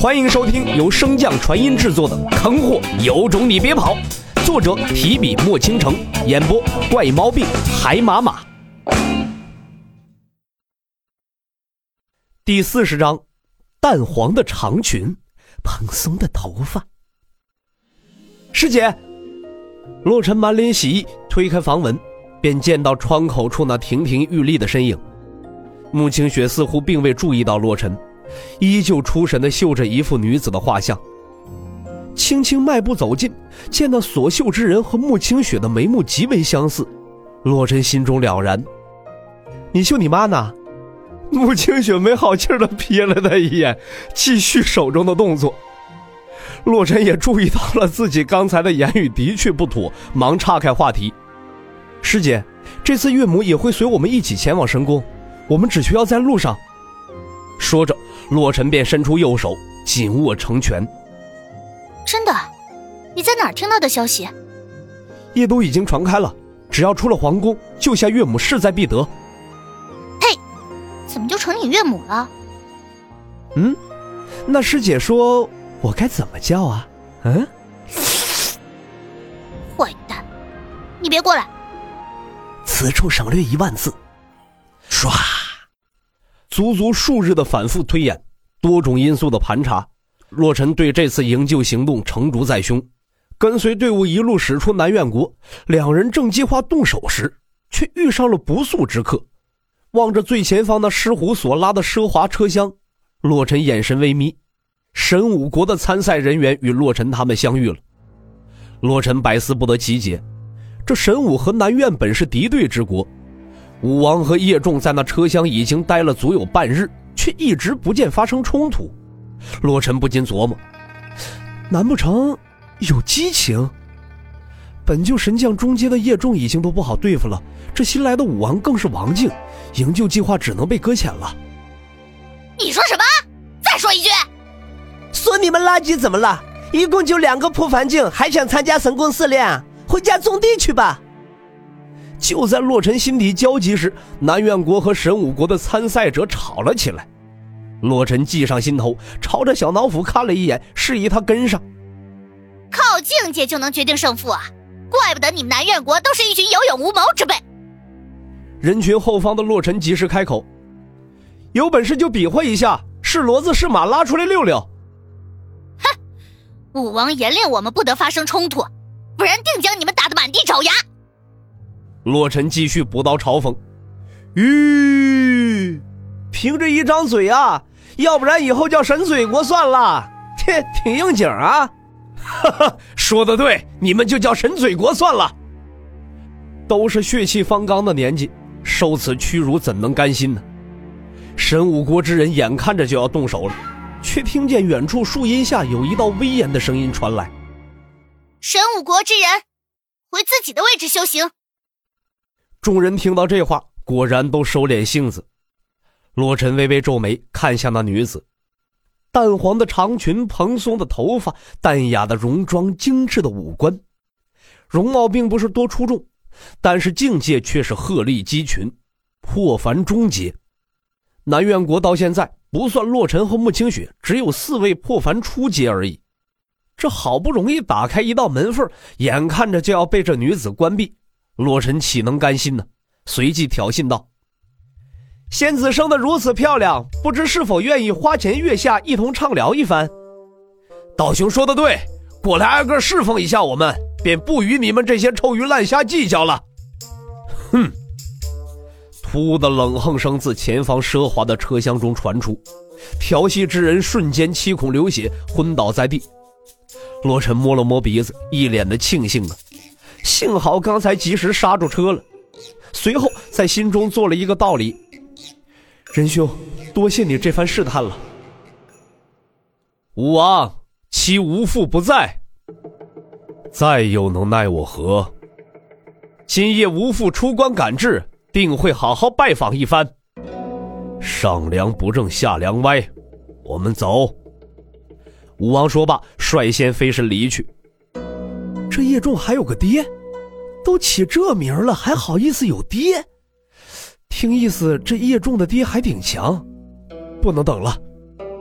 欢迎收听由升降传音制作的《坑货有种你别跑》，作者提笔墨倾城，演播怪毛病海马马。第40章，淡黄的长裙，蓬松的头发。师姐，洛尘满脸喜意，推开房门，便见到窗口处那亭亭玉立的身影。穆清雪似乎并未注意到洛尘，依旧出神地绣着一幅女子的画像，轻轻迈步走近，见到所绣之人和穆清雪的眉目极为相似，洛尘心中了然。你绣你妈呢？穆清雪没好气地瞥了他一眼，继续手中的动作。洛尘也注意到了自己刚才的言语的确不妥，忙岔开话题。师姐，这次岳母也会随我们一起前往神宫，我们只需要在路上。说着，洛尘便伸出右手紧握成拳。 真的？你在哪儿听到的消息？ 夜都已经传开了，只要出了皇宫，救下岳母势在必得。 嘿，怎么就成你岳母了？ 那师姐说我该怎么叫啊？ 坏蛋，你别过来！ 此处省略10000字。唰，足足数日的反复推演，多种因素的盘查，洛尘对这次营救行动成竹在胸。跟随队伍一路驶出南苑国，两人正计划动手时，却遇上了不速之客。望着最前方那狮虎所拉的奢华车厢，洛尘眼神微眯。神武国的参赛人员与洛尘他们相遇了。洛尘百思不得其解，这神武和南苑本是敌对之国，武王和叶仲在那车厢已经待了足有半日，却一直不见发生冲突。洛尘不禁琢磨，难不成有激情？本就神将中阶的叶仲已经都不好对付了，这新来的武王更是王境，营救计划只能被搁浅了。 你说什么？再说一句！ 说你们垃圾怎么了？一共就2个破凡境，还想参加神宫试炼？回家种地去吧。 就在洛尘心底焦急时，南苑国和神武国的参赛者吵了起来。洛尘计上心头，朝着小脑斧看了一眼，示意他跟上。 靠境界就能决定胜负啊，怪不得你们南苑国都是一群有勇无谋之辈。 人群后方的洛尘及时开口，有本事就比划一下，是骡子是马，拉出来溜溜。 哼，武王严令我们不得发生冲突，不然定将你们打得满地找牙。 洛尘继续补刀嘲讽， 凭着一张嘴啊，要不然以后叫神嘴国算了，这挺应景啊。 哈哈，说得对，你们就叫神嘴国算了。都是血气方刚的年纪，受此屈辱怎能甘心呢？神武国之人眼看着就要动手了，却听见远处树荫下有一道威严的声音传来： 神武国之人，回自己的位置修行。 众人听到这话，果然都收敛性子。洛尘微微皱眉，看向那女子，淡黄的长裙，蓬松的头发，淡雅的容妆，精致的五官，容貌并不是多出众，但是境界却是鹤立鸡群，破凡中阶。南苑国到现在不算洛尘和穆清雪，只有4位破凡初阶而已。这好不容易打开一道门缝，眼看着就要被这女子关闭，洛尘岂能甘心呢？随即挑衅道：仙子生得如此漂亮，不知是否愿意花前月下一同畅聊一番？道兄说得对，过来挨个侍奉一下我们，便不与你们这些臭鱼烂虾计较了。哼！突的冷哼声自前方奢华的车厢中传出，调戏之人瞬间七孔流血，昏倒在地。洛尘摸了摸鼻子，一脸的庆幸啊，幸好刚才及时刹住车了。随后在心中做了一个道理：仁兄，多谢你这番试探了。吴王，其无父不在，再又能奈我何？今夜吴父出关赶至，定会好好拜访一番。上梁不正下梁歪，我们走。吴王说罢，率先飞身离去。这叶仲还有个爹，都起这名了，还好意思有爹？听意思这叶仲的爹还挺强，不能等了。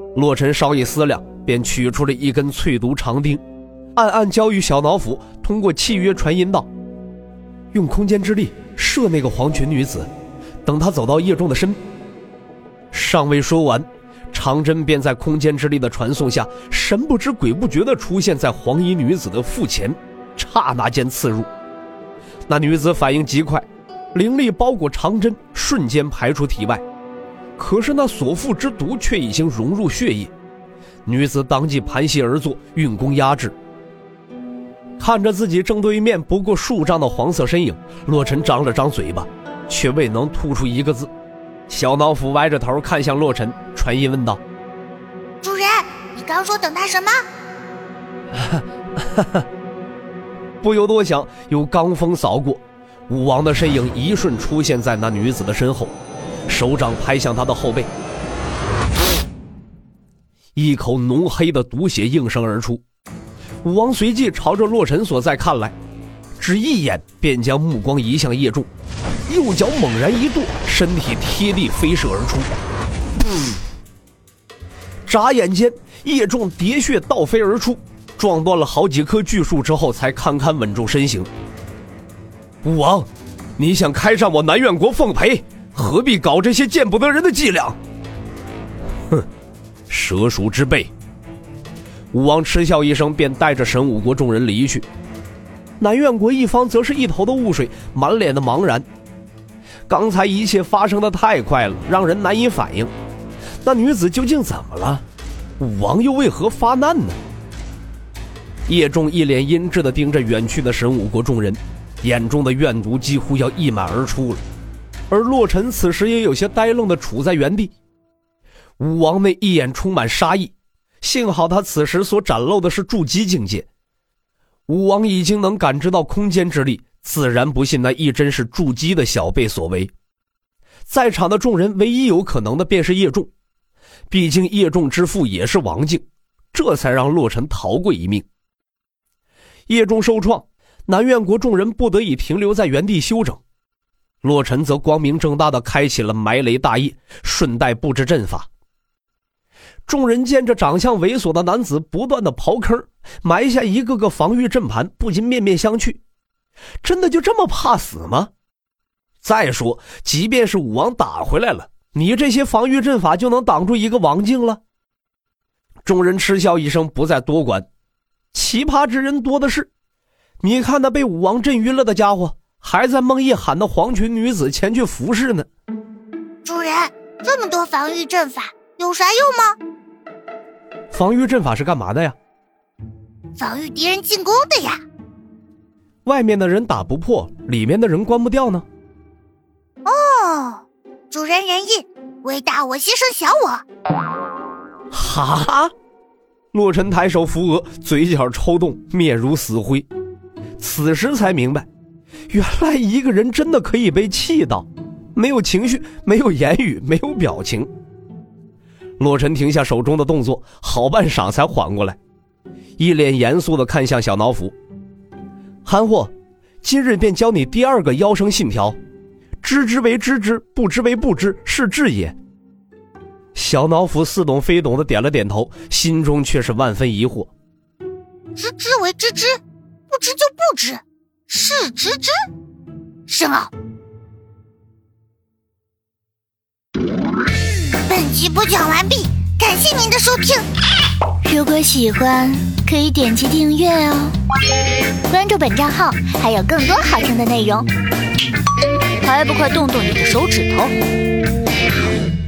洛尘稍一思量，便取出了一根淬毒长钉，暗暗交与小脑斧，通过契约传音道：用空间之力射那个黄裙女子，等她走到叶仲的身。尚未说完，长针便在空间之力的传送下，神不知鬼不觉地出现在黄衣女子的腹前，刹那间刺入。那女子反应极快，灵力包裹长针，瞬间排出体外。可是那所附之毒却已经融入血液，女子当即盘膝而坐，运功压制。看着自己正对面不过数丈的黄色身影，洛尘张了张嘴巴，却未能吐出一个字。小脑斧歪着头看向洛尘，传音问道： 主人，你刚说等他什么？ 不由多想，有罡风扫过，武王的身影一瞬出现在那女子的身后，手掌拍向她的后背，一口浓黑的毒血应声而出。武王随即朝着洛尘所在看来，只一眼便将目光移向叶仲，右脚猛然一跺，身体贴地飞射而出。眨眼间，叶仲喋血倒飞而出，撞断了好几棵巨树之后，才堪堪稳住身形。武王，你想开战我南苑国奉陪，何必搞这些见不得人的伎俩？哼，蛇鼠之辈。武王嗤笑一声，便带着神武国众人离去。南苑国一方则是一头的雾水，满脸的茫然。刚才一切发生的太快了，让人难以反应。那女子究竟怎么了？武王又为何发难呢？叶仲一脸阴鸷地盯着远去的神武国众人，眼中的怨毒几乎要溢满而出了。而洛尘此时也有些呆愣地处在原地。武王那一眼充满杀意，幸好他此时所展露的是筑基境界。武王已经能感知到空间之力，自然不信那一针是筑基的小辈所为。在场的众人唯一有可能的便是叶仲，毕竟叶仲之父也是王境，这才让洛尘逃过一命。叶仲受创，南苑国众人不得已停留在原地休整，洛尘则光明正大地开启了埋雷大业，顺带布置阵法。众人见着长相猥琐的男子不断地刨坑，埋下一个个防御阵盘，不禁面面相觑。真的就这么怕死吗？再说，即便是武王打回来了，你这些防御阵法就能挡住一个王境了？众人嗤笑一声，不再多管。奇葩之人多的是，你看那被武王震晕了的家伙，还在梦夜喊那黄裙女子前去服侍呢。 主人，这么多防御阵法有啥用吗？ 防御阵法是干嘛的呀？ 防御敌人进攻的呀。 外面的人打不破，里面的人关不掉呢。 哦，主人仁义，为大我牺牲小我。 哈！洛尘抬手扶额，嘴角抽动，面如死灰。此时才明白，原来一个人真的可以被气到，没有情绪，没有言语，没有表情。洛尘停下手中的动作，好半晌才缓过来，一脸严肃地看向小脑斧。韩霍，今日便教你第二个妖生信条：知之为知之，不知为不知，是智也。小脑斧似懂非懂地点了点头，心中却是万分疑惑。 知之为知之，不知就不知，是知之？深奥。本集播讲完毕，感谢您的收听。如果喜欢，可以点击订阅哦，关注本账号还有更多好听的内容。还不快动动你的手指头！